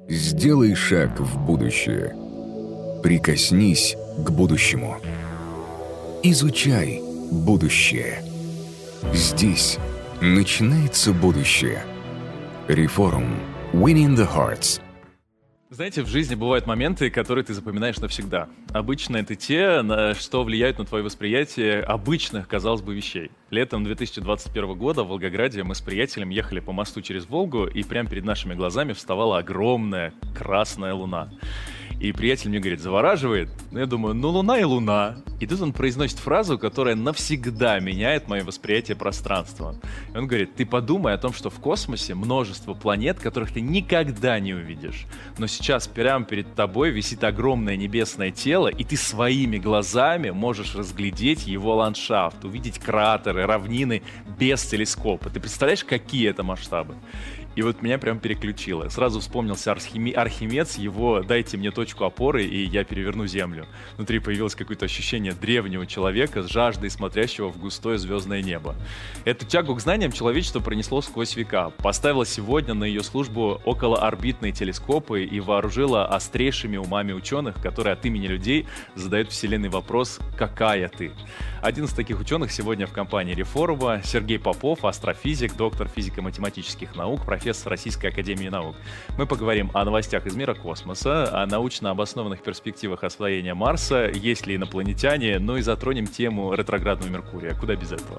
Сделай шаг в будущее. Прикоснись к будущему. Изучай будущее. Здесь начинается будущее. Reforum. Winning the Hearts. Знаете, в жизни бывают моменты, которые ты запоминаешь навсегда. Обычно это те, что влияют на твое восприятие обычных, казалось бы, вещей. Летом 2021 года в Волгограде мы с приятелем ехали по мосту через Волгу, и прямо перед нашими глазами вставала огромная красная луна. И приятель мне говорит, завораживает. Ну, я думаю, ну луна и луна. И тут он произносит фразу, которая навсегда меняет мое восприятие пространства. И он говорит, ты подумай о том, что в космосе множество планет, которых ты никогда не увидишь. Но сейчас прямо перед тобой висит огромное небесное тело, и ты своими глазами можешь разглядеть его ландшафт, увидеть кратеры, равнины без телескопа. Ты представляешь, какие это масштабы? И вот меня прям переключило. Сразу вспомнился Архимед с его «дайте мне точку опоры, и я переверну Землю». Внутри появилось какое-то ощущение древнего человека с жаждой, смотрящего в густое звездное небо. Эту тягу к знаниям человечество пронесло сквозь века, поставило сегодня на ее службу околоорбитные телескопы и вооружило острейшими умами ученых, которые от имени людей задают Вселенной вопрос «какая ты?». Один из таких ученых сегодня в компании Reforum Сергей Попов, астрофизик, доктор физико-математических наук, профессор Российской академии наук. Мы поговорим о новостях из мира космоса, о научно обоснованных перспективах освоения Марса, есть ли инопланетяне, ну и затронем тему ретроградного Меркурия. Куда без этого?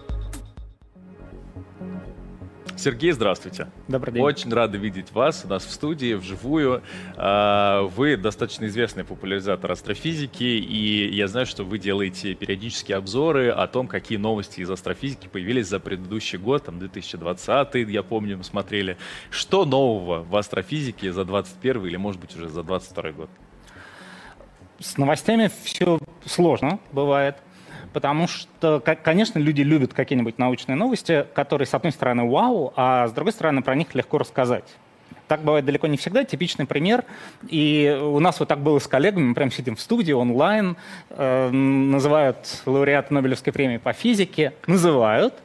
Сергей, здравствуйте. Добрый день. Очень рады видеть вас у нас в студии, вживую. Вы достаточно известный популяризатор астрофизики, и я знаю, что вы делаете периодические обзоры о том, какие новости из астрофизики появились за предыдущий год, там 2020, я помню, мы смотрели. Что нового в астрофизике за 2021 или, может быть, уже за 2022 год? С новостями все сложно бывает. Потому что, конечно, люди любят какие-нибудь научные новости, которые, с одной стороны, вау, а с другой стороны, про них легко рассказать. Так бывает далеко не всегда. Типичный пример. И у нас вот так было с коллегами. Мы прям сидим в студии онлайн, называют лауреата Нобелевской премии по физике. Называют.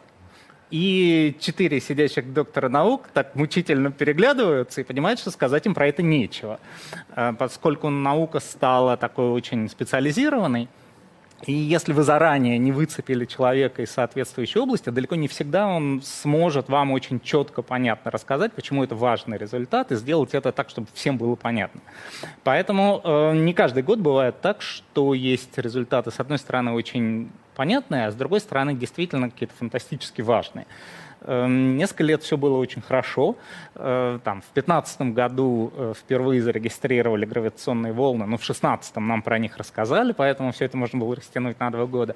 И 4 сидящих доктора наук так мучительно переглядываются и понимают, что сказать им про это нечего. Поскольку наука стала такой очень специализированной, и если вы заранее не выцепили человека из соответствующей области, далеко не всегда он сможет вам очень четко, понятно рассказать, почему это важный результат, и сделать это так, чтобы всем было понятно. Поэтому не каждый год бывает так, что есть результаты, с одной стороны, очень понятные, а с другой стороны, действительно какие-то фантастически важные. Несколько лет все было очень хорошо. В 2015 году впервые зарегистрировали гравитационные волны, но в 2016 нам про них рассказали, поэтому все это можно было растянуть на 2 года.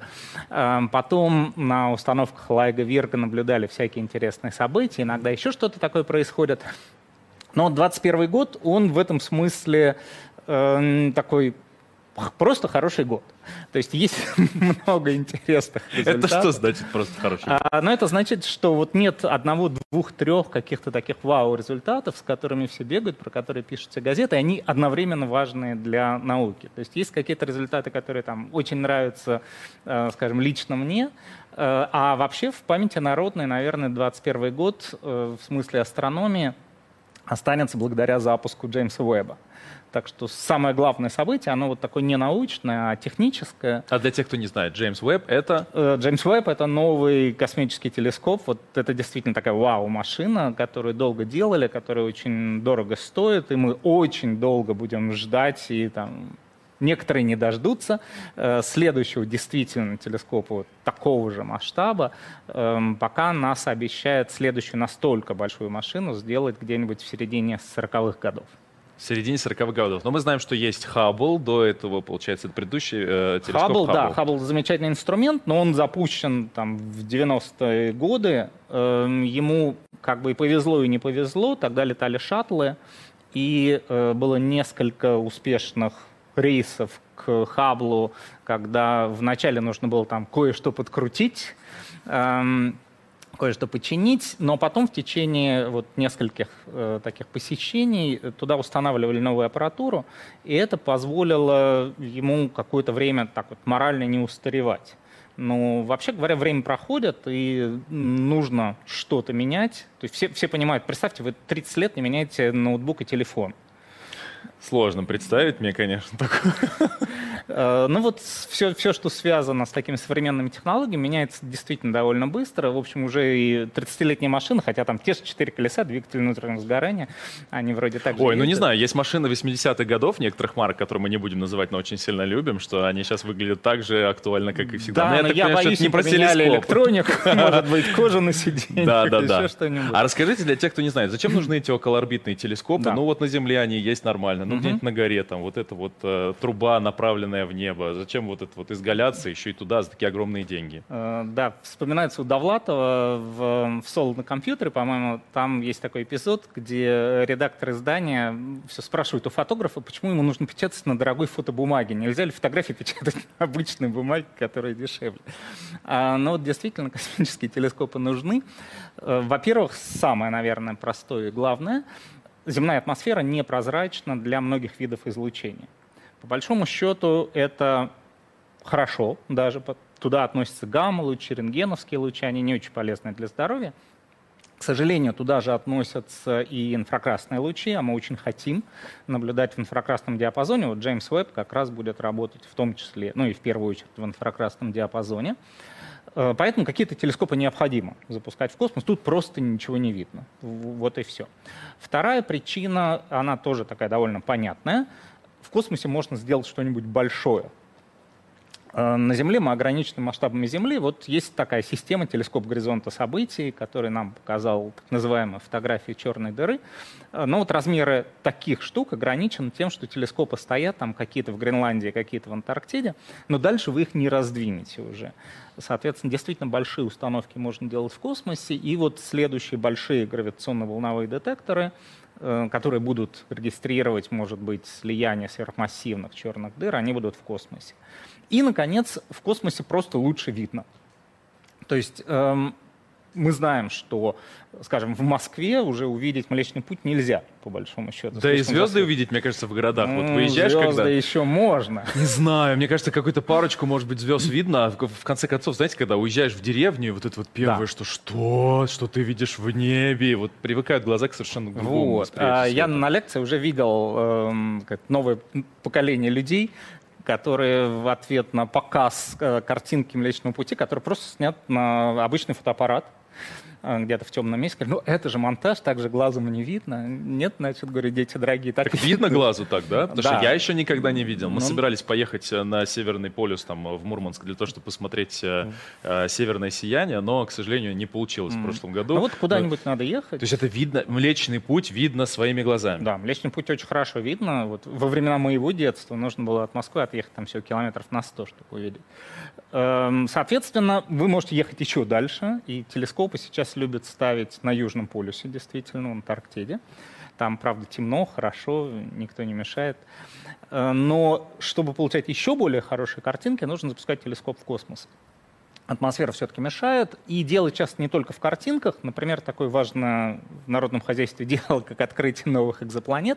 Потом на установках Лайга Вирга наблюдали всякие интересные события, иногда еще что-то такое происходит. Но 2021 год, он в этом смысле такой просто хороший год. То есть есть много интересных результатов. Это что значит просто хороший год? Но это значит, что вот нет 1, 2, 3 каких-то таких вау-результатов, с которыми все бегают, про которые пишутся газеты, и они одновременно важные для науки. То есть есть какие-то результаты, которые там очень нравятся, скажем, лично мне, а вообще в памяти народной, наверное, 2021 год в смысле астрономии останется благодаря запуску Джеймса Уэбба. Так что самое главное событие, оно вот такое не научное, а техническое. А для тех, кто не знает, Джеймс Уэбб — это? Джеймс Уэбб — это новый космический телескоп. Вот это действительно такая вау-машина, которую долго делали, которая очень дорого стоит, и мы очень долго будем ждать, и там некоторые не дождутся следующего действительно телескопа вот такого же масштаба, пока НАСА обещает следующую настолько большую машину сделать где-нибудь в середине 40-х годов. В середине 40-х годов. Но мы знаем, что есть Хаббл, до этого, получается, это предыдущий телескоп Хаббл. Да, Хаббл — замечательный инструмент, но он запущен там в 90-е годы. Ему как бы и повезло, и не повезло. Тогда летали шаттлы, и было несколько успешных рейсов к Хабблу, когда вначале нужно было там кое-что подкрутить, кое-что починить, но потом в течение вот нескольких таких посещений туда устанавливали новую аппаратуру, и это позволило ему какое-то время так вот морально не устаревать. Но вообще говоря, время проходит, и нужно что-то менять. То есть все понимают, представьте, вы 30 лет не меняете ноутбук и телефон. Сложно представить мне, конечно, такое. Ну вот все, что связано с такими современными технологиями, меняется действительно довольно быстро. В общем, уже и 30-летние машины, хотя там те же 4 колеса, двигатель внутреннего сгорания, они вроде так же Ой, ну не ездят. знаю, есть машины 80-х годов некоторых марок, которые мы не будем называть, но очень сильно любим, что они сейчас выглядят так же актуально, как и всегда. Да, но я боюсь, не поменяли электронику, может быть, кожу на сиденье, еще что-нибудь. А расскажите для тех, кто не знает, зачем нужны эти околоорбитные телескопы? Ну вот на Земле они есть нормально, ну где-нибудь на горе, там вот эта вот труба, направленная в небо. Зачем вот это вот изгаляться еще и туда за такие огромные деньги? Да, вспоминается у Довлатова в «Соло на компьютере», по-моему, там есть такой эпизод, где редактор издания все спрашивает у фотографа, почему ему нужно печатать на дорогой фотобумаге. Нельзя ли фотографии печатать на обычной бумаге, которая дешевле? Но вот действительно космические телескопы нужны. Во-первых, самое, наверное, простое и главное, земная атмосфера непрозрачна для многих видов излучения. По большому счету это хорошо, даже туда относятся гамма-лучи, рентгеновские лучи, они не очень полезны для здоровья. К сожалению, туда же относятся и инфракрасные лучи, а мы очень хотим наблюдать в инфракрасном диапазоне. Вот Джеймс Уэбб как раз будет работать в том числе, ну и в первую очередь в инфракрасном диапазоне. Поэтому какие-то телескопы необходимо запускать в космос. Тут просто ничего не видно. Вот и все. Вторая причина, она тоже такая довольно понятная. В космосе можно сделать что-нибудь большое. На Земле мы ограничены масштабами Земли. Вот есть такая система телескоп горизонта событий, который нам показал так называемую фотографию черной дыры. Но вот размеры таких штук ограничены тем, что телескопы стоят там какие-то в Гренландии, какие-то в Антарктиде, но дальше вы их не раздвинете уже. Соответственно, действительно большие установки можно делать в космосе. И вот следующие большие гравитационно-волновые детекторы, которые будут регистрировать, может быть, слияние сверхмассивных черных дыр, они будут в космосе. И, наконец, в космосе просто лучше видно. То есть мы знаем, что, скажем, в Москве уже увидеть Млечный Путь нельзя, по большому счету. Да и звезды увидеть, мне кажется, в городах. Вот выезжаешь звезды когда... еще можно. Не знаю, мне кажется, какую-то парочку, может быть, звезд видно. А в конце концов, знаете, когда уезжаешь в деревню, и вот это вот первое, Да. что ты видишь в небе, и вот привыкают глаза к совершенно другому Вот. восприятию Я света. на лекции уже видел новое поколение людей, которые в ответ на показ картинки Млечного Пути, который просто снят на обычный фотоаппарат, где-то в темном месте, говорят, ну это же монтаж, так же глазом не видно. Нет, значит, говорю, дети дорогие, так Видно глазу так, да? Потому Да. что я еще никогда не видел. Мы Ну, собирались поехать на Северный полюс, там, в Мурманск, для того, чтобы посмотреть северное сияние, но, к сожалению, не получилось в прошлом году. Ну вот куда-нибудь надо ехать. То есть это видно, Млечный Путь видно своими глазами. Да, Млечный Путь очень хорошо видно. Вот во времена моего детства нужно было от Москвы отъехать там всего километров на 100, чтобы увидеть. Соответственно, вы можете ехать еще дальше, и телескопы сейчас любят ставить на Южном полюсе, действительно, в Антарктиде. Там, правда, темно, хорошо, никто не мешает. Но чтобы получать еще более хорошие картинки, нужно запускать телескоп в космос. Атмосфера все-таки мешает, и дело часто не только в картинках. Например, такое важное в народном хозяйстве дело, как открытие новых экзопланет.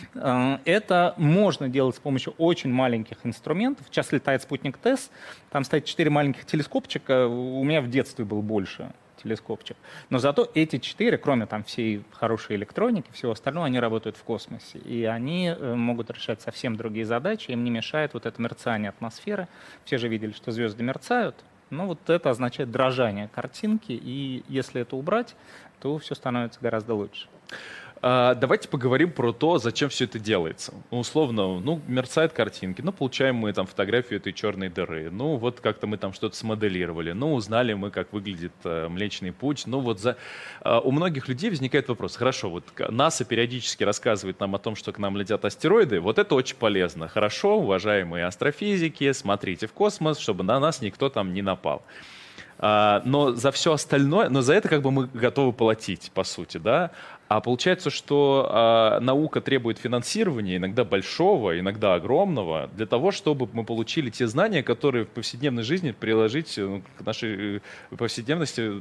Это можно делать с помощью очень маленьких инструментов. Сейчас летает спутник ТЭСС, там стоит 4 маленьких телескопчика. У меня в детстве был больше телескопчик. Но зато эти 4, кроме там всей хорошей электроники, всего остального, они работают в космосе. И они могут решать совсем другие задачи. Им не мешает вот это мерцание атмосферы. Все же видели, что звезды мерцают. Ну, вот это означает дрожание картинки, и если это убрать, то все становится гораздо лучше. Давайте поговорим про то, зачем все это делается. Ну, условно, мерцают картинки, получаем мы там фотографию этой черной дыры, вот как-то мы там что-то смоделировали, узнали мы, как выглядит Млечный Путь. У многих людей возникает вопрос, хорошо, вот НАСА периодически рассказывает нам о том, что к нам летят астероиды, вот это очень полезно. Хорошо, уважаемые астрофизики, смотрите в космос, чтобы на нас никто там не напал. Но за все остальное, за это как бы мы готовы платить, по сути, да? А получается, что наука требует финансирования, иногда большого, иногда огромного, для того, чтобы мы получили те знания, которые в повседневной жизни приложить к нашей повседневности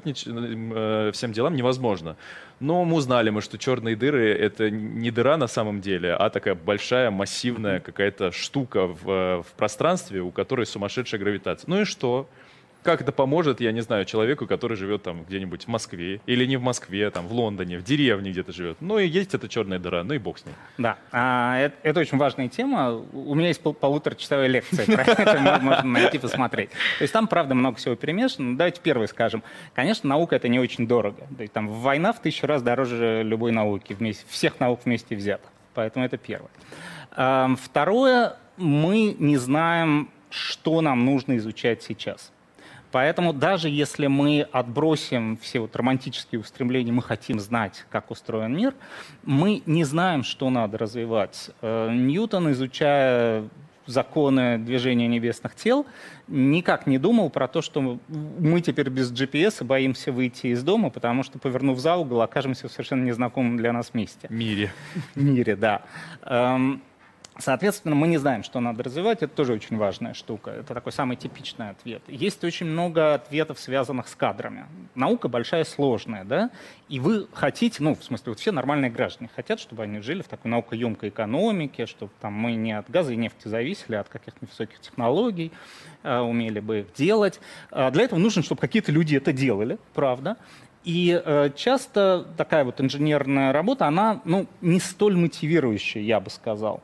всем делам невозможно. Но мы узнали, что черные дыры — это не дыра на самом деле, а такая большая, массивная какая-то штука в пространстве, у которой сумасшедшая гравитация. Ну и что? Как это поможет, я не знаю, человеку, который живет там где-нибудь в Москве, или не в Москве, там в Лондоне, в деревне где-то живет. Ну и есть эта черная дыра, ну и бог с ней. Да, это очень важная тема. У меня есть полуторачасовая лекция, про это можно найти, посмотреть. То есть там, правда, много всего перемешано. Давайте первое скажем. Конечно, наука — это не очень дорого. То есть там война в 1000 раз дороже любой науки, всех наук вместе взятых. Поэтому это первое. Второе, мы не знаем, что нам нужно изучать сейчас. Поэтому даже если мы отбросим все вот романтические устремления, мы хотим знать, как устроен мир, мы не знаем, что надо развивать. Ньютон, изучая законы движения небесных тел, никак не думал про то, что мы теперь без GPS боимся выйти из дома, потому что, повернув за угол, окажемся в совершенно незнакомом для нас месте. Мире, да. Соответственно, мы не знаем, что надо развивать. Это тоже очень важная штука. Это такой самый типичный ответ. Есть очень много ответов, связанных с кадрами. Наука большая, сложная, да? И вы хотите, в смысле, вот все нормальные граждане хотят, чтобы они жили в такой наукоемкой экономике, чтобы там мы не от газа и нефти зависели, а от каких-то высоких технологий, умели бы их делать. Для этого нужно, чтобы какие-то люди это делали, правда. И часто такая вот инженерная работа, она, не столь мотивирующая, я бы сказал.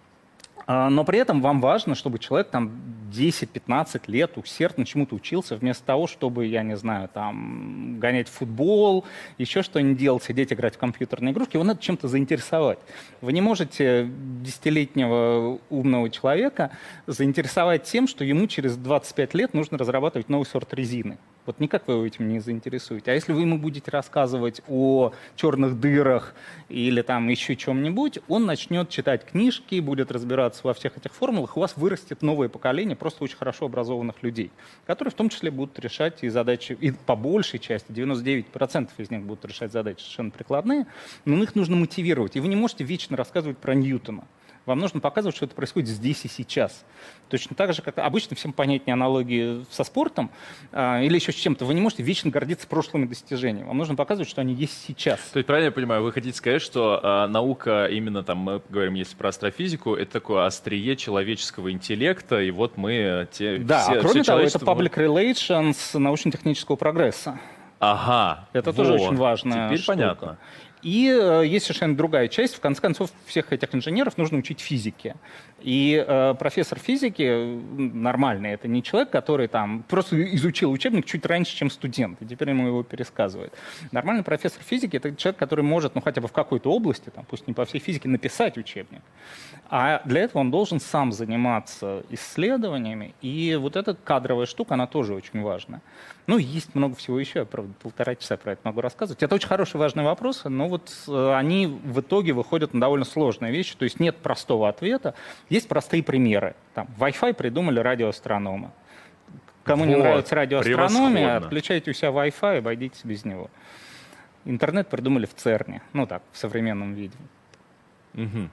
Но при этом вам важно, чтобы человек там 10-15 лет усердно чему-то учился, вместо того, чтобы, я не знаю, там гонять в футбол, еще что-нибудь делать, сидеть играть в компьютерные игрушки. Его надо чем-то заинтересовать. Вы не можете 10-летнего умного человека заинтересовать тем, что ему через 25 лет нужно разрабатывать новый сорт резины. Вот никак вы его этим не заинтересуете. А если вы ему будете рассказывать о черных дырах или там еще чем-нибудь, он начнет читать книжки, будет разбираться во всех этих формулах, у вас вырастет новое поколение просто очень хорошо образованных людей, которые в том числе будут решать и задачи, и по большей части, 99% из них будут решать задачи совершенно прикладные, но их нужно мотивировать. И вы не можете вечно рассказывать про Ньютона. Вам нужно показывать, что это происходит здесь и сейчас. Точно так же, как обычно всем понятнее аналогии со спортом или еще с чем-то. Вы не можете вечно гордиться прошлыми достижениями. Вам нужно показывать, что они есть сейчас. То есть, правильно я понимаю, вы хотите сказать, что наука, именно там, мы говорим, если про астрофизику, это такое острие человеческого интеллекта, и вот мы кроме того, это public relations научно-технического прогресса. Ага. Это тоже очень важная Теперь штука. Понятно. И есть совершенно другая часть. В конце концов, всех этих инженеров нужно учить физике. И профессор физики нормальный. Это не человек, который там просто изучил учебник чуть раньше, чем студент, и теперь ему его пересказывает. Нормальный профессор физики — это человек, который может, хотя бы в какой-то области, там, пусть не по всей физике, написать учебник. А для этого он должен сам заниматься исследованиями. И вот эта кадровая штука, она тоже очень важна. Есть много всего еще. Я, правда, 1,5 часа про это могу рассказывать. Это очень хороший, важный вопрос, но вот они в итоге выходят на довольно сложные вещи. То есть нет простого ответа. Есть простые примеры. Там, Wi-Fi придумали радиоастрономы. Кому не нравится радиоастрономия, отключайте у себя Wi-Fi и обойдитесь без него. Интернет придумали в ЦЕРНе. В современном виде. Угу.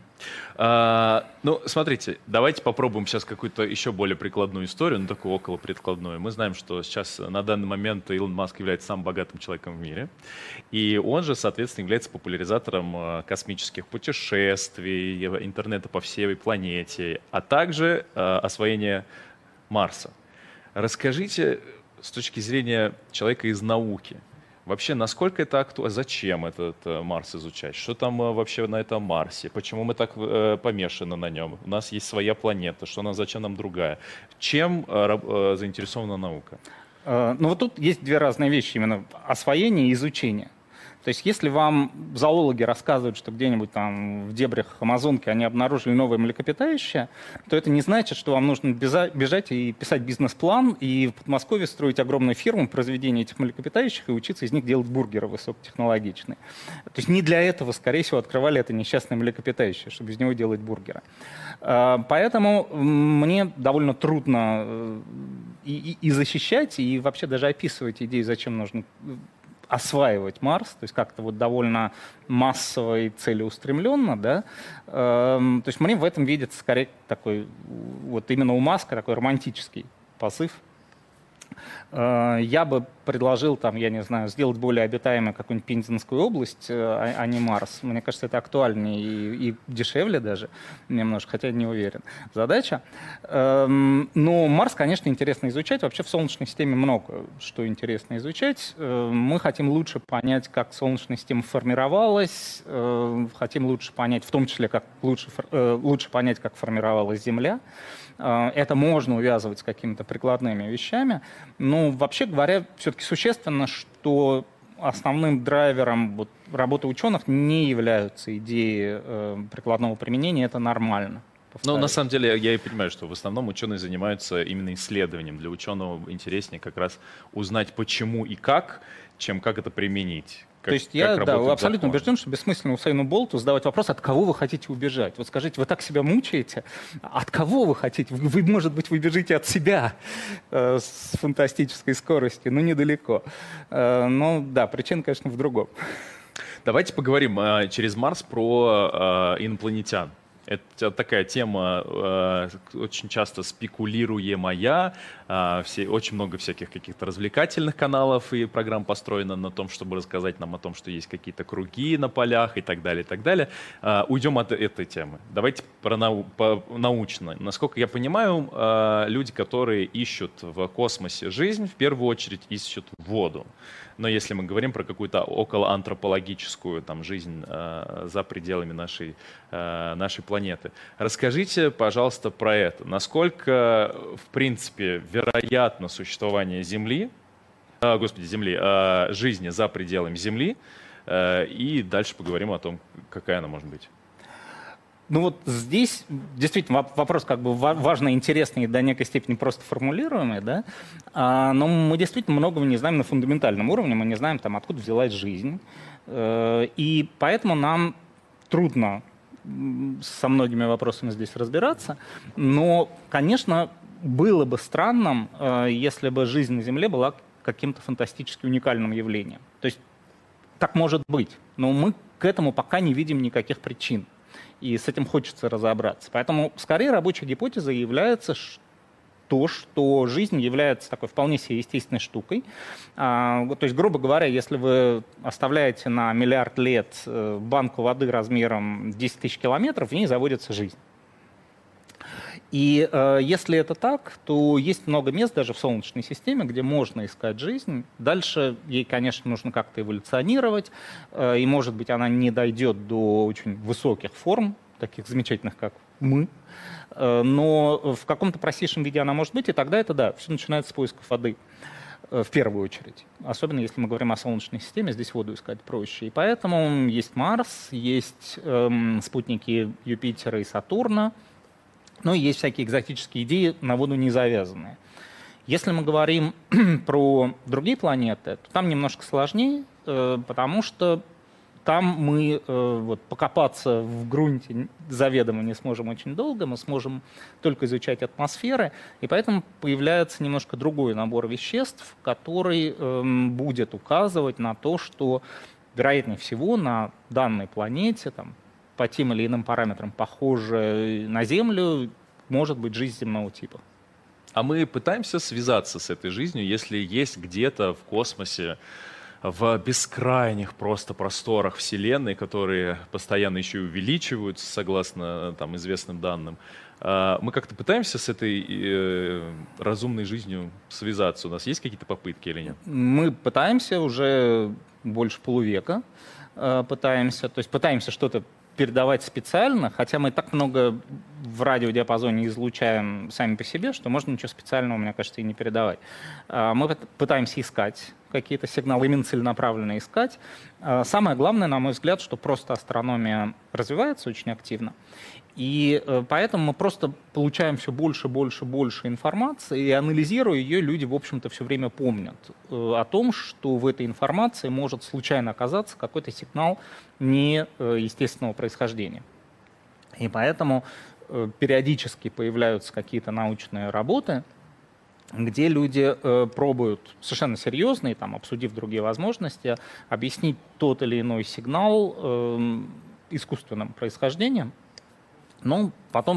Смотрите, давайте попробуем сейчас какую-то еще более прикладную историю, такую околопредкладную. Мы знаем, что сейчас на данный момент Илон Маск является самым богатым человеком в мире, и он же, соответственно, является популяризатором космических путешествий, интернета по всей планете, а также освоения Марса. Расскажите с точки зрения человека из науки, вообще, насколько это актуально? Зачем этот Марс изучать? Что там вообще на этом Марсе? Почему мы так помешаны на нем? У нас есть своя планета. Зачем нам другая? Чем заинтересована наука? Вот тут есть две разные вещи. Именно освоение и изучение. То есть если вам зоологи рассказывают, что где-нибудь там в дебрях Амазонки они обнаружили новое млекопитающее, то это не значит, что вам нужно бежать и писать бизнес-план и в Подмосковье строить огромную фирму произведения этих млекопитающих и учиться из них делать бургеры высокотехнологичные. То есть не для этого, скорее всего, открывали это несчастное млекопитающее, чтобы из него делать бургеры. Поэтому мне довольно трудно и защищать, и вообще даже описывать идею, зачем нужно осваивать Марс, то есть как-то вот довольно массово и целеустремленно, да. То есть мне в этом видится скорее такой, вот именно у Маска такой романтический посыл. Я бы предложил, там, я не знаю, сделать более обитаемой какую-нибудь Пензенскую область, а не Марс. Мне кажется, это актуальнее и дешевле даже немножко, хотя не уверен. Задача. Но Марс, конечно, интересно изучать. Вообще в Солнечной системе много что интересно изучать. Мы хотим лучше понять, как Солнечная система формировалась, хотим лучше понять, в том числе, как лучше понять, как формировалась Земля. Это можно увязывать с какими-то прикладными вещами. Но, вообще говоря, все-таки существенно, что основным драйвером работы ученых не являются идеи прикладного применения. Это нормально. Ну, на самом деле, я и понимаю, что в основном ученые занимаются именно исследованием. Для ученого интереснее как раз узнать, почему и как, чем как это применить. То есть я абсолютно убежден, что бессмысленно Усейну Болту задавать вопрос, от кого вы хотите убежать. Вот скажите, вы так себя мучаете? От кого вы хотите? Вы, может быть, вы бежите от себя с фантастической скоростью, но недалеко. Но да, причина, конечно, в другом. Давайте поговорим через Марс про инопланетян. Это такая тема, очень часто спекулируемая. Очень много всяких каких-то развлекательных каналов и программ построено на том, чтобы рассказать нам о том, что есть какие-то круги на полях и так далее, и так далее. Уйдем от этой темы. Давайте научно. Насколько я понимаю, люди, которые ищут в космосе жизнь, в первую очередь ищут воду. Но если мы говорим про какую-то околоантропологическую там, жизнь за пределами нашей планеты, расскажите, пожалуйста, про это. Насколько, в принципе, вероятно существование Земли, жизни за пределами Земли, и дальше поговорим о том, какая она может быть. Ну вот здесь действительно вопрос как бы важный, интересный и до некой степени просто формулируемый, да? Но мы действительно многого не знаем на фундаментальном уровне, мы не знаем, там, откуда взялась жизнь, и поэтому нам трудно со многими вопросами здесь разбираться, но, конечно, было бы странным, если бы жизнь на Земле была каким-то фантастически уникальным явлением. То есть так может быть, но мы к этому пока не видим никаких причин. И с этим хочется разобраться. Поэтому, скорее, рабочей гипотезой является то, что жизнь является такой вполне себе естественной штукой. То есть, грубо говоря, если вы оставляете на миллиард лет банку воды размером 10 тысяч километров, в ней заводится жизнь. И если это так, то есть много мест даже в Солнечной системе, где можно искать жизнь. Дальше ей, конечно, нужно как-то эволюционировать, и, может быть, она не дойдет до очень высоких форм, таких замечательных, как мы, но в каком-то простейшем виде она может быть, и тогда это, да, все начинается с поисков воды в первую очередь. Особенно если мы говорим о Солнечной системе, здесь воду искать проще. И поэтому есть Марс, есть спутники Юпитера и Сатурна, но есть всякие экзотические идеи, на воду не завязанные. Если мы говорим про другие планеты, то там немножко сложнее, потому что там мы покопаться в грунте заведомо не сможем очень долго, мы сможем только изучать атмосферы, и поэтому появляется немножко другой набор веществ, который будет указывать на то, что, вероятнее всего, на данной планете, там, по тем или иным параметрам, похожая на Землю, может быть жизнь земного типа. А мы пытаемся связаться с этой жизнью, если есть где-то в космосе, в бескрайних просто просторах Вселенной, которые постоянно еще и увеличиваются, согласно там, известным данным, мы как-то пытаемся с этой разумной жизнью связаться? У нас есть какие-то попытки или нет? Мы пытаемся уже больше полувека. Пытаемся что-то передавать специально, хотя мы так много в радиодиапазоне излучаем сами по себе, что можно ничего специального, мне кажется, и не передавать. Мы пытаемся искать какие-то сигналы, именно целенаправленно искать. Самое главное, на мой взгляд, что просто астрономия развивается очень активно, и поэтому мы просто получаем все больше информации, и анализируя ее, люди, в общем-то, все время помнят о том, что в этой информации может случайно оказаться какой-то сигнал неестественного происхождения. И поэтому периодически появляются какие-то научные работы, где люди пробуют совершенно серьезно, и там, обсудив другие возможности, объяснить тот или иной сигнал искусственным происхождением. Но потом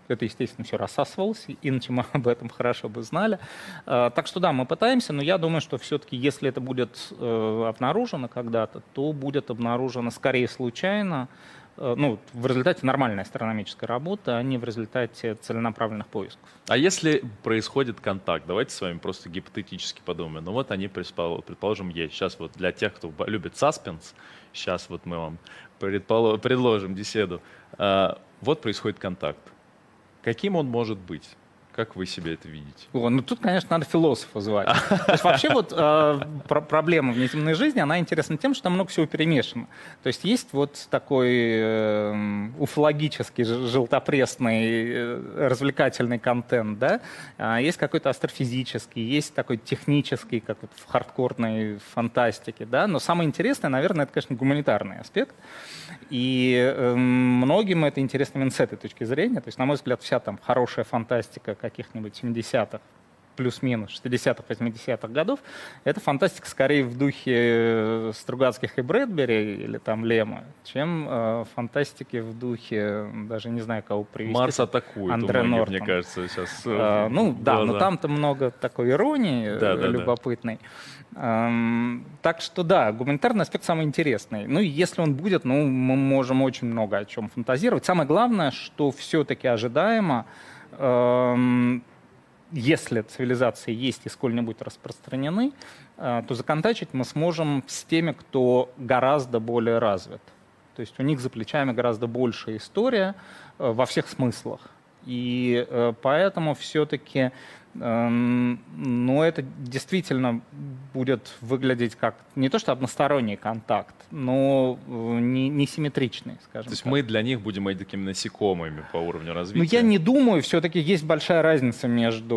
это, естественно, все рассасывалось, иначе мы об этом хорошо бы знали. Так что да, мы пытаемся, но я думаю, что все-таки, если это будет обнаружено когда-то, то будет обнаружено скорее случайно, ну, в результате нормальной астрономической работы, а не в результате целенаправленных поисков. А если происходит контакт, давайте с вами просто гипотетически подумаем. Ну вот они, предположим, есть. Сейчас вот для тех, кто любит саспенс, сейчас вот мы вам предложим беседу. Вот происходит контакт. Каким он может быть? Как вы себе это видите? Ну тут, конечно, надо философа звать. То есть вообще вот проблема внеземной жизни, она интересна тем, что там много всего перемешано. То есть есть вот такой уфологический, желтопресный, развлекательный контент, да? Есть какой-то астрофизический, есть такой технический, как вот в хардкорной фантастике, да? Но самое интересное, наверное, это, конечно, гуманитарный аспект. И многим это интересно именно с этой точки зрения. То есть, на мой взгляд, вся там хорошая фантастика каких-нибудь 70-х, плюс-минус 60-х, 80-х годов, это фантастика скорее в духе Стругацких и Брэдбери или там Лема, чем фантастики в духе, даже не знаю, кого привести. Марс атакует, Андре Нортон. Мне кажется, сейчас. Ну да, но там-то много такой иронии любопытной. Так что да, гуманитарный аспект самый интересный. Ну и если он будет, ну мы можем очень много о чем фантазировать. Самое главное, что все-таки ожидаемо, если цивилизации есть и сколь-нибудь распространены, то законтачить мы сможем с теми, кто гораздо более развит. То есть у них за плечами гораздо большая история во всех смыслах. И поэтому все-таки, ну, это действительно будет выглядеть как не то что односторонний контакт, но не симметричный, скажем так. То есть мы для них будем такими насекомыми по уровню развития? Ну, я не думаю, все-таки есть большая разница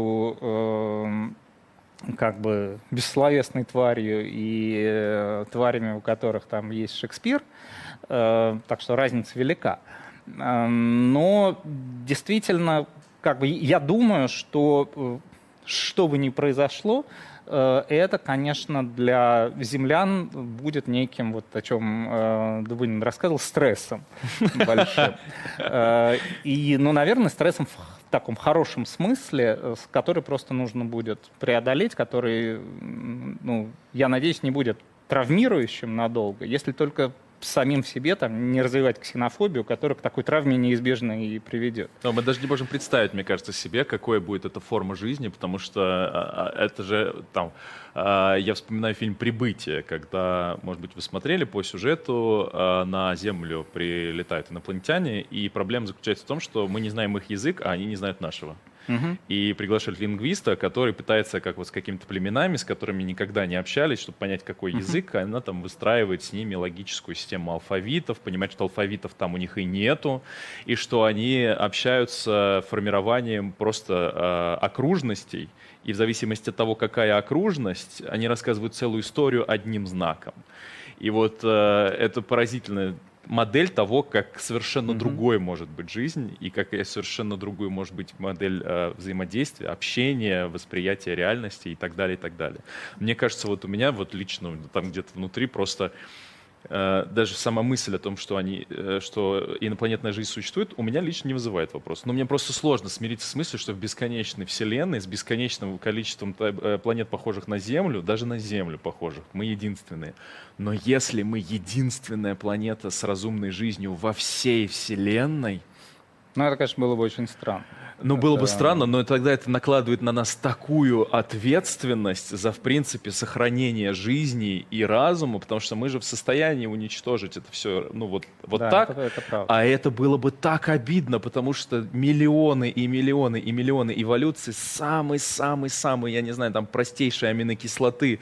между как бы бессловесной тварью и тварями, у которых там есть Шекспир, так что разница велика. Но действительно, как бы я думаю, что бы ни произошло, это, конечно, для землян будет неким, вот о чем Дубынин рассказывал, стрессом большим. И, ну, наверное, стрессом в таком хорошем смысле, который просто нужно будет преодолеть, который, ну, я надеюсь, не будет травмирующим надолго, если только самим в себе там, не развивать ксенофобию, которая к такой травме неизбежно и приведет. Но мы даже не можем представить, мне кажется, себе, какой будет эта форма жизни, потому что это же там... Я вспоминаю фильм «Прибытие», когда, может быть, вы смотрели по сюжету, на Землю прилетают инопланетяне, и проблема заключается в том, что мы не знаем их язык, а они не знают нашего. И приглашают лингвиста, который пытается, как вот с какими-то племенами, с которыми никогда не общались, чтобы понять, какой язык, она там выстраивает с ними логическую систему алфавитов, понимать, что алфавитов там у них и нету, и что они общаются формированием просто окружностей, и в зависимости от того, какая окружность, они рассказывают целую историю одним знаком. И вот это поразительная модель того, как совершенно другой может быть жизнь, и как совершенно другой может быть модель взаимодействия, общения, восприятия реальности и так далее, и так далее. Мне кажется, вот у меня вот лично там где-то внутри просто даже сама мысль о том, что инопланетная жизнь существует, у меня лично не вызывает вопрос. Но мне просто сложно смириться с мыслью, что в бесконечной Вселенной с бесконечным количеством планет, похожих на Землю, даже на Землю похожих, мы единственные. Но если мы единственная планета с разумной жизнью во всей Вселенной... Ну, это, конечно, было бы очень странно. Ну, было бы странно, но тогда это накладывает на нас такую ответственность за, в принципе, сохранение жизни и разума, потому что мы же в состоянии уничтожить это все, ну, вот да, так. Это правда. А это было бы так обидно, потому что миллионы и миллионы и миллионы эволюций самой-самой-самой, я не знаю, там, простейшей аминокислоты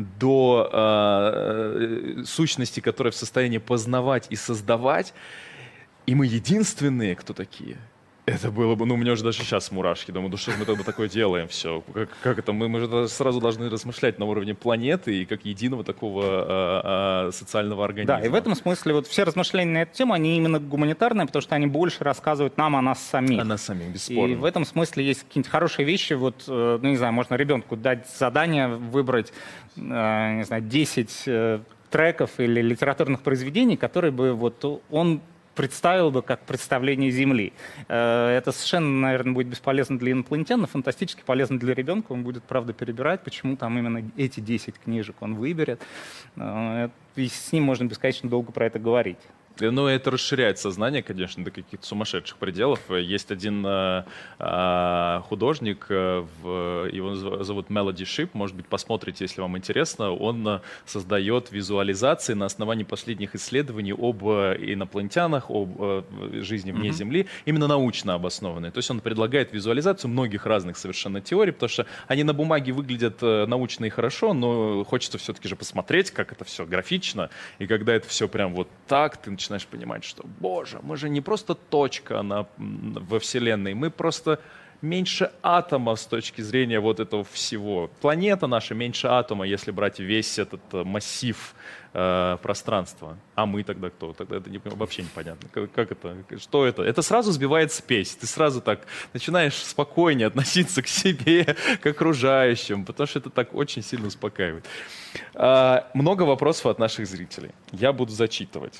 до сущности, которая в состоянии познавать и создавать, и мы единственные, кто такие. Это было бы, ну, у меня уже даже сейчас мурашки. Думаю, ну что же мы тогда такое делаем все? Как это? Мы же сразу должны размышлять на уровне планеты и как единого такого социального организма. Да, и в этом смысле вот все размышления на эту тему, они именно гуманитарные, потому что они больше рассказывают нам о нас самих. О нас самих, бесспорно. И в этом смысле есть какие-нибудь хорошие вещи. Вот, ну, не знаю, можно ребенку дать задание, выбрать, не знаю, 10 треков или литературных произведений, которые бы вот он представил бы как представление Земли. Это совершенно, наверное, будет бесполезно для инопланетян, но фантастически полезно для ребенка. Он будет, правда, перебирать, почему там именно эти 10 книжек он выберет. И с ним можно бесконечно долго про это говорить. Ну, это расширяет сознание, конечно, до каких-то сумасшедших пределов. Есть один художник, его зовут Melody Ship, может быть, посмотрите, если вам интересно. Он создает визуализации на основании последних исследований об инопланетянах, об жизни вне Земли, именно научно обоснованные. То есть он предлагает визуализацию многих разных совершенно теорий, потому что они на бумаге выглядят научно и хорошо, но хочется все-таки же посмотреть, как это все графично, и когда это все прям вот так, ты начинаешь понимать, что, боже, мы же не просто точка во Вселенной, мы просто меньше атома с точки зрения вот этого всего. Планета наша меньше атома, если брать весь этот массив пространства. А мы тогда кто? Тогда это вообще непонятно. Как это? Что это? Это сразу сбивает спесь. Ты сразу так начинаешь спокойнее относиться к себе, к окружающим, потому что это так очень сильно успокаивает. Много вопросов от наших зрителей. Я буду зачитывать.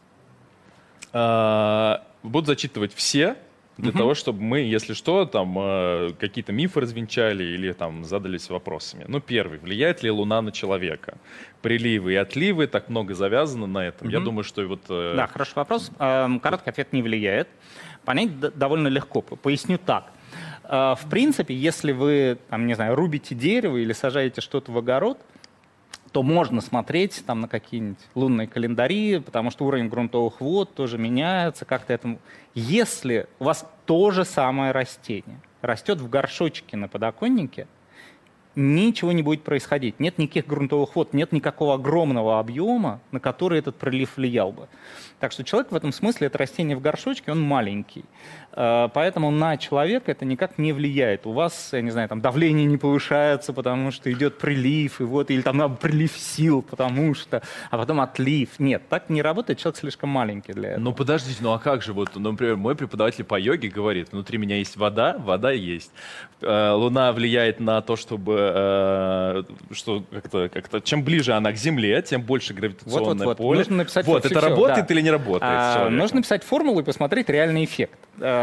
Буду зачитывать все, для того, чтобы мы, если что, там какие-то мифы развенчали или там задались вопросами. Ну, первый. Влияет ли Луна на человека? Приливы и отливы, так много завязано на этом. Я думаю, что вот... Да, хороший вопрос. Короткий ответ: не влияет. Понять довольно легко. Поясню так. В принципе, если вы, там, не знаю, рубите дерево или сажаете что-то в огород, то можно смотреть там на какие-нибудь лунные календари, потому что уровень грунтовых вод тоже меняется как-то этому. Если у вас то же самое растение растет в горшочке на подоконнике, ничего не будет происходить. Нет никаких грунтовых вод, нет никакого огромного объема, на который этот прилив влиял бы. Так что человек в этом смысле, это растение в горшочке, он маленький. Поэтому на человека это никак не влияет. У вас, я не знаю, там давление не повышается, потому что идет прилив, и вот, или там прилив сил, потому что, а потом отлив. Нет, так не работает, человек слишком маленький для этого. Ну подождите, ну а как же? Вот, например, мой преподаватель по йоге говорит, внутри меня есть вода, вода есть. Луна влияет на то, чтобы что как-то чем ближе она к Земле, тем больше гравитационное поле. Нужно написать вот это работает или не работает? Нужно написать формулу и посмотреть реальный эффект.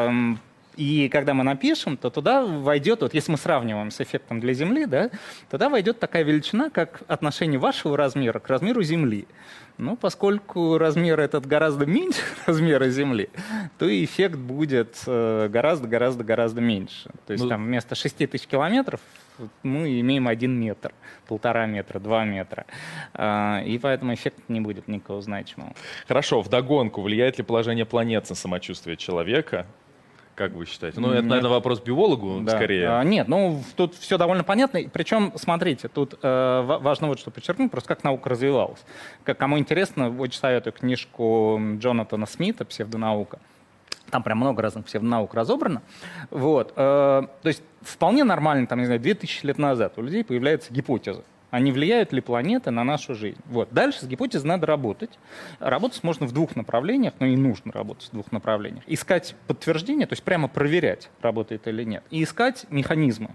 И когда мы напишем, то туда войдет, вот если мы сравниваем с эффектом для Земли, да, туда войдет такая величина, как отношение вашего размера к размеру Земли. Ну, поскольку размер этот гораздо меньше размера Земли, то и эффект будет гораздо меньше. То есть там вместо 6000 километров мы имеем 1 метр, 1,5 метра, 2 метра. И поэтому эффект не будет никакого значимого. Хорошо, вдогонку, влияет ли положение планет на самочувствие человека? Как вы считаете? Ну, это, наверное, вопрос биологу скорее. Нет, ну, тут все довольно понятно. Причем, смотрите, тут важно вот что подчеркнуть, просто как наука развивалась. Кому интересно, очень советую книжку Джонатана Смита «Псевдонаука». Там прям много разных псевдонаук разобрано. Вот. То есть вполне нормально, там, не знаю, 2000 лет назад у людей появляется гипотеза. А не влияют ли планеты на нашу жизнь? Вот. Дальше с гипотезой надо работать. Работать можно в 2 направлениях, но и нужно работать в 2 направлениях. Искать подтверждение, то есть прямо проверять, работает или нет. И искать механизмы.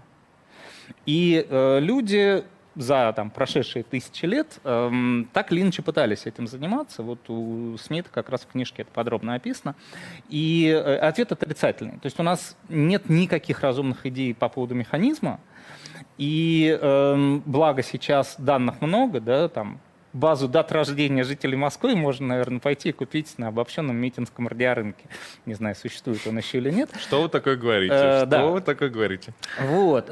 И люди за прошедшие 1000 лет так или иначе пытались этим заниматься. Вот у Смита как раз в книжке это подробно описано. И ответ отрицательный. То есть у нас нет никаких разумных идей по поводу механизма. И благо сейчас данных много, да, там базу дат рождения жителей Москвы можно, наверное, пойти и купить на обобщенном митинском радиорынке. Не знаю, существует он еще или нет. Что вы такое говорите? Вы такое говорите? Вот.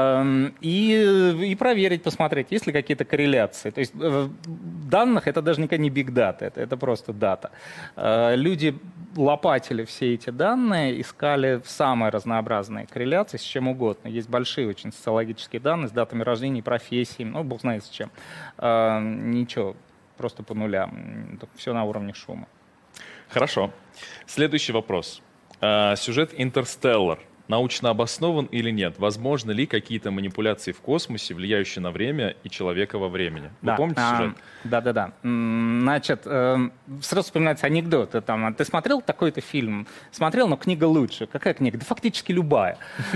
И проверить, посмотреть, есть ли какие-то корреляции. То есть данных это даже никогда не big data, это просто дата. Люди лопатили все эти данные, искали самые разнообразные корреляции с чем угодно. Есть большие очень социологические данные с датами рождения и профессиями, ну, бог знает с чем. Ничего, просто по нулям. Все на уровне шума. Хорошо. Следующий вопрос. Сюжет «Интерстеллар» научно обоснован или нет? Возможно ли какие-то манипуляции в космосе, влияющие на время и человека во времени? Вы помните сюжет? Да. Значит, сразу вспоминается анекдот. Ты смотрел такой-то фильм? Смотрел, но книга лучше. Какая книга? Да фактически любая.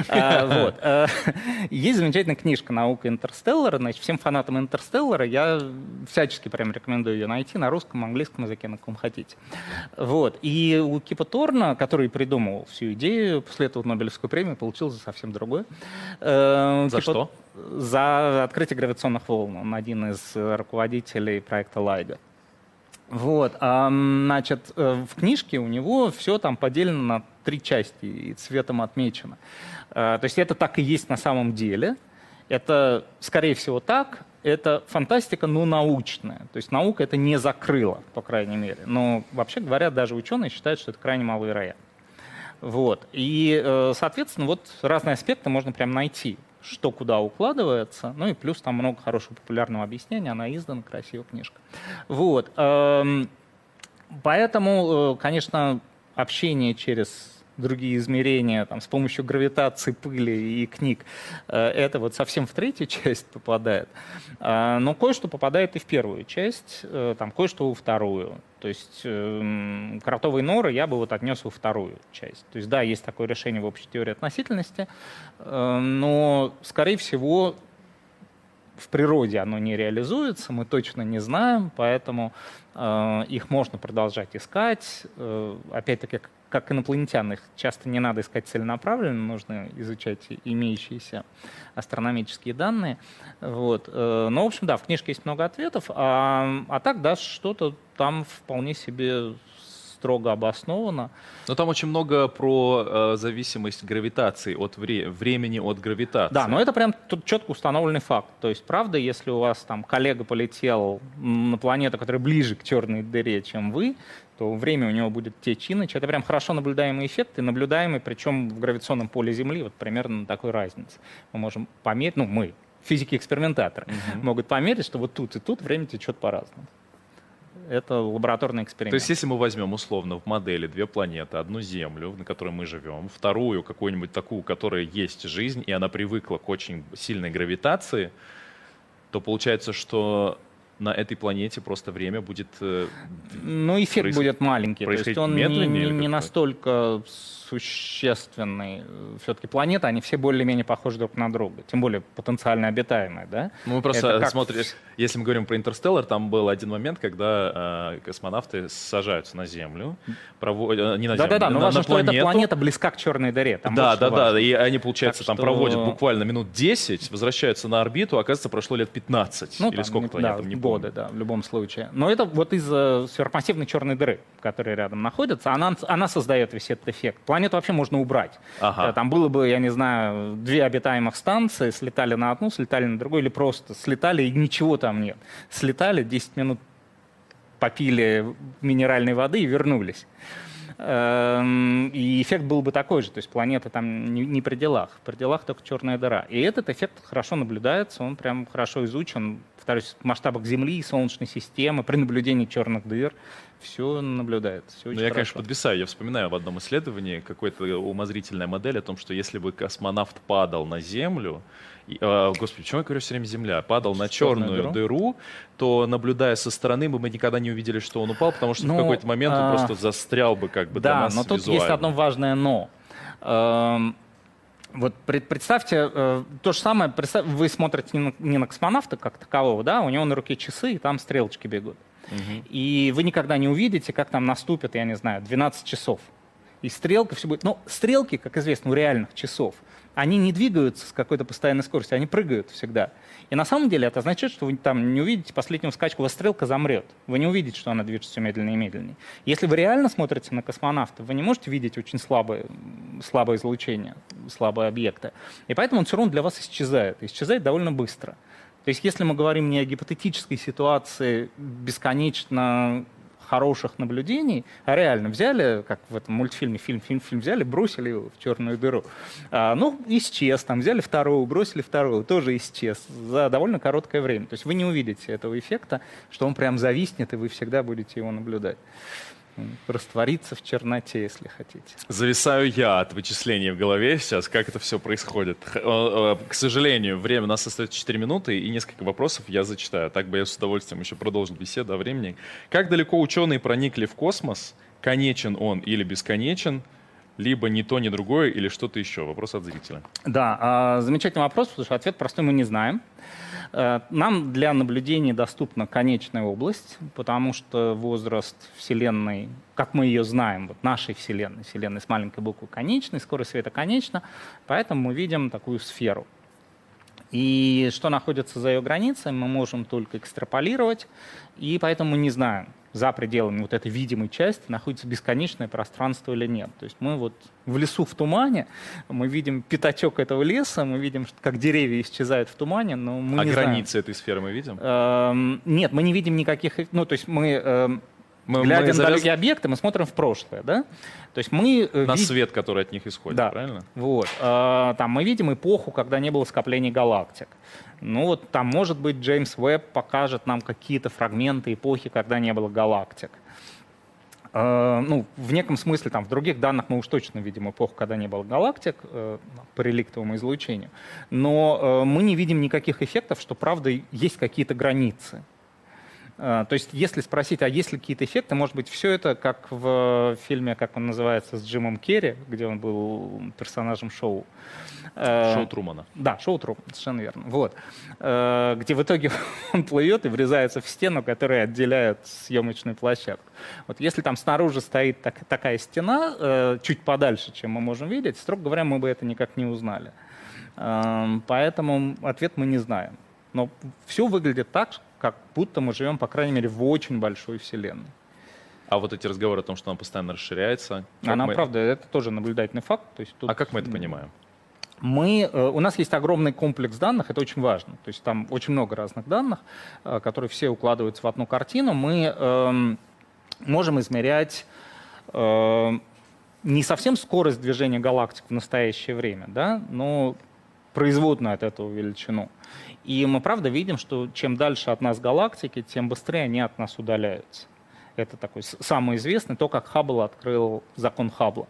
Есть замечательная книжка «Наука Интерстеллара». Значит, всем фанатам Интерстеллара я всячески прям рекомендую ее найти на русском, английском языке, на каком хотите. Вот. И у Кипа Торна, который придумал всю идею, после этого Нобелевскую премию получил за совсем другое. За что? За открытие гравитационных волн. Он один из руководителей проекта LIGO. Вот. Значит, в книжке у него все там поделено на 3 части и цветом отмечено. То есть это так и есть на самом деле. Это, скорее всего, так. Это фантастика, но научная. То есть наука это не закрыла, по крайней мере. Но, вообще говоря, даже ученые считают, что это крайне маловероятно. Вот. И, соответственно, вот разные аспекты можно прям найти, что куда укладывается. Ну и плюс там много хорошего популярного объяснения. Она издана, красивая книжка. Вот. Поэтому, конечно, общение через другие измерения, там, с помощью гравитации, пыли и книг, это вот совсем в 3-ю часть попадает. Но кое-что попадает и в 1-ю часть, там, кое-что во 2-ю. То есть кротовые норы я бы вот отнес во 2-ю часть. То есть да, есть такое решение в общей теории относительности, но, скорее всего, в природе оно не реализуется, мы точно не знаем, поэтому их можно продолжать искать. Опять-таки, как инопланетян, их часто не надо искать целенаправленно, нужно изучать имеющиеся астрономические данные. Вот. Но, в общем, да, в книжке есть много ответов, а так, да, что-то там вполне себе строго обосновано. Но там очень много про зависимость гравитации от времени от гравитации. Да, но это прям тут четко установленный факт. То есть, правда, если у вас там коллега полетел на планету, которая ближе к черной дыре, чем вы, то время у него будет течь иначе. Это прям хорошо наблюдаемый эффект, и наблюдаемый, причем в гравитационном поле Земли, вот примерно на такой разнице. Мы можем померить, мы, физики-экспериментаторы, могут померить, что вот тут и тут время течет по-разному. Это лабораторный эксперимент. То есть, если мы возьмем условно в модели 2 планеты, одну Землю, на которой мы живем, вторую какую-нибудь такую, у которой есть жизнь, и она привыкла к очень сильной гравитации, то получается, что на этой планете просто время будет... Ну, эффект будет маленький. То есть он не настолько существенный. Все-таки планеты, они все более-менее похожи друг на друга. Тем более потенциально обитаемые, да? Ну, мы просто смотрим... Если мы говорим про «Интерстеллар», там был один момент, когда космонавты сажаются на Землю. Не на Землю, да-да-да, но важно, что эта планета близка к черной дыре. Да, и они, получается, там проводят буквально минут 10, возвращаются на орбиту, оказывается, прошло лет 15. Или сколько-то, я там не помню. Годы, да, в любом случае. Но это вот из-за сверхмассивной черной дыры, которая рядом находится, она создает весь этот эффект. Планету вообще можно убрать. Ага. Там было бы, я не знаю, 2 обитаемых станции, слетали на одну, слетали на другую, или просто слетали, и ничего там нет. Слетали, 10 минут попили минеральной воды и вернулись. И эффект был бы такой же, то есть планета там не при делах, при делах только черная дыра. И этот эффект хорошо наблюдается, он прям хорошо изучен, повторюсь, в масштабах Земли, Солнечной системы, при наблюдении черных дыр. Все наблюдается. Все очень я, хорошо. Конечно, подвисаю. Я вспоминаю в одном исследовании какая-то умозрительная модель о том, что если бы космонавт падал на Землю, господи, почему я говорю все время Земля, падал на черную дыру, то, наблюдая со стороны, мы никогда не увидели, что он упал, потому что в какой-то момент он просто застрял бы как бы для нас визуально. Да, но тут есть одно важное «но». Вот представьте, то же самое, вы смотрите не на космонавта как такового, да, у него на руке часы, и там стрелочки бегут. И вы никогда не увидите, как там наступит, я не знаю, 12 часов. И стрелка все будет... Но стрелки, как известно, у реальных часов, они не двигаются с какой-то постоянной скоростью, они прыгают всегда. И на самом деле это означает, что вы там не увидите последнего скачка, у вас стрелка замрет. Вы не увидите, что она движется все медленнее и медленнее. Если вы реально смотрите на космонавта, вы не можете видеть очень слабое излучение, слабые объекты. И поэтому он все равно для вас исчезает. Исчезает довольно быстро. То есть если мы говорим не о гипотетической ситуации бесконечно хороших наблюдений, а реально взяли, как в этом мультфильме, фильм взяли, бросили его в черную дыру. Исчез, там взяли второго, бросили второго, тоже исчез за довольно короткое время. То есть вы не увидите этого эффекта, что он прям зависнет, и вы всегда будете его наблюдать. раствориться в черноте, если хотите. Зависаю я от вычислений в голове сейчас, как это все происходит. К сожалению, время у нас остается 4 минуты, и несколько вопросов я зачитаю. Так бы я с удовольствием еще продолжил беседу о времени. Как далеко ученые проникли в космос? Конечен он или бесконечен? Либо ни то, ни другое, или что-то еще? Вопрос от зрителя. Да, замечательный вопрос, потому что ответ простой: мы не знаем. Нам для наблюдений доступна конечная область, потому что возраст Вселенной, как мы ее знаем, вот нашей Вселенной, Вселенной с маленькой буквы конечной, скорость света конечна, поэтому мы видим такую сферу. И что находится за ее границами, мы можем только экстраполировать, и поэтому мы не знаем, за пределами вот этой видимой части находится бесконечное пространство или нет. То есть мы вот в лесу в тумане, мы видим пятачок этого леса, мы видим, как деревья исчезают в тумане, но мы не знаем. Границы этой сферы мы видим? Нет, мы не видим никаких... Ну, то есть мы глядя на далекие объекты, мы смотрим в прошлое, да? То есть мы... На свет, который от них исходит, да, правильно? Вот. Там мы видим эпоху, когда не было скоплений галактик. Ну вот там, может быть, Джеймс Уэбб покажет нам какие-то фрагменты эпохи, когда не было галактик. Ну, в неком смысле, там, в других данных мы уж точно видим эпоху, когда не было галактик по реликтовому излучению. Но мы не видим никаких эффектов, что, правда, есть какие-то границы. То есть, если спросить, а есть ли какие-то эффекты, может быть, все это как в фильме, как он называется, с Джимом Керри, где он был персонажем шоу. Шоу Трумана. Да, шоу Трумана, совершенно верно. Вот. Где в итоге он плывет и врезается в стену, которая отделяет съемочную площадку. Вот если там снаружи стоит такая стена, чуть подальше, чем мы можем видеть, строго говоря, мы бы это никак не узнали. Поэтому ответ мы не знаем. Но все выглядит так, как будто мы живем, по крайней мере, в очень большой Вселенной. А вот эти разговоры о том, что она постоянно расширяется... Она, правда, это тоже наблюдательный факт. То есть тут... А как мы это понимаем? У нас есть огромный комплекс данных, это очень важно. То есть там очень много разных данных, которые все укладываются в одну картину. Мы можем измерять не совсем скорость движения галактик в настоящее время, да, но производную от этого величину. И мы, правда, видим, что чем дальше от нас галактики, тем быстрее они от нас удаляются. Это такой самый известный, то, как Хаббл открыл закон Хаббла.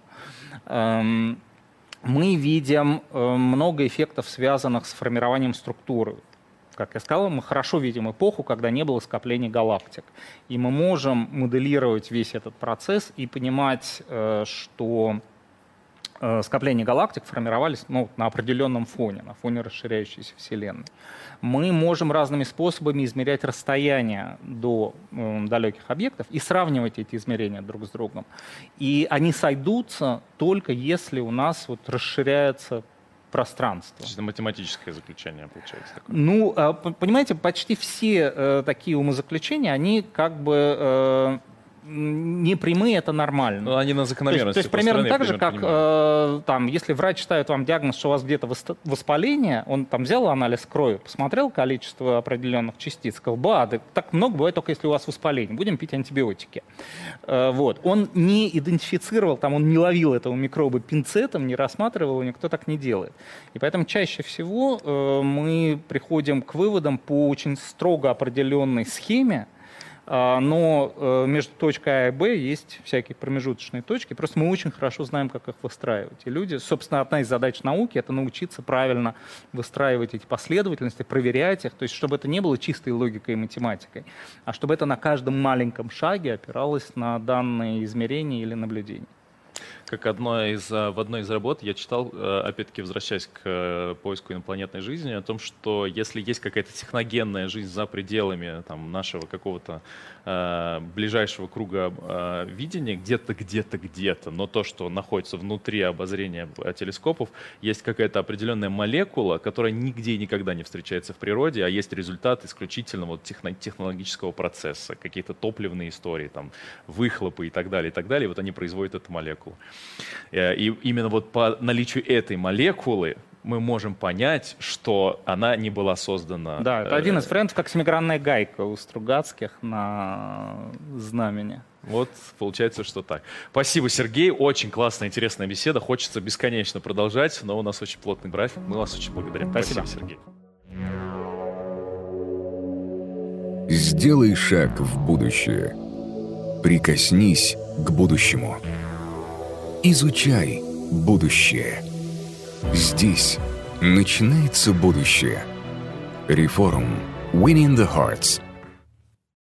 Мы видим много эффектов, связанных с формированием структуры. Как я сказал, мы хорошо видим эпоху, когда не было скоплений галактик. И мы можем моделировать весь этот процесс и понимать, что скопления галактик формировались на определенном фоне, на фоне расширяющейся Вселенной. Мы можем разными способами измерять расстояние до далеких объектов и сравнивать эти измерения друг с другом. И они сойдутся только если у нас вот расширяется пространство. То есть это математическое заключение получается такое? Ну, понимаете, почти все такие умозаключения, они как бы... не прямые, это нормально. Но они на закономерности. То есть примерно так же, как там, если врач ставит вам диагноз, что у вас где-то воспаление, он там взял анализ крови, посмотрел количество определенных частиц, сказал, так много бывает только если у вас воспаление, будем пить антибиотики. Вот. Он не идентифицировал, там, он не ловил этого микроба пинцетом, не рассматривал его, никто так не делает. И поэтому чаще всего мы приходим к выводам по очень строго определенной схеме, но между точкой А и Б есть всякие промежуточные точки. Просто мы очень хорошо знаем, как их выстраивать. И люди, собственно, одна из задач науки — это научиться правильно выстраивать эти последовательности, проверять их, то есть чтобы это не было чистой логикой и математикой, а чтобы это на каждом маленьком шаге опиралось на данные измерения или наблюдения. Как в одной из работ я читал, опять-таки возвращаясь к поиску инопланетной жизни, о том, что если есть какая-то техногенная жизнь за пределами там, нашего какого-то ближайшего круга видения, где-то, но то, что находится внутри обозрения телескопов, есть какая-то определенная молекула, которая нигде и никогда не встречается в природе, а есть результат исключительно вот технологического процесса, какие-то топливные истории, там, выхлопы и так далее, и вот они производят эту молекулу. И именно вот по наличию этой молекулы мы можем понять, что она не была создана... Да, это один из вариантов, как семигранная гайка у Стругацких на знамени. Вот получается, что так. Спасибо, Сергей. Очень классная, интересная беседа. Хочется бесконечно продолжать, но у нас очень плотный график. Мы вас очень благодарим. Спасибо, Сергей. Сделай шаг в будущее. Прикоснись к будущему. Изучай будущее. Здесь начинается будущее. Reforum. Winning the Hearts.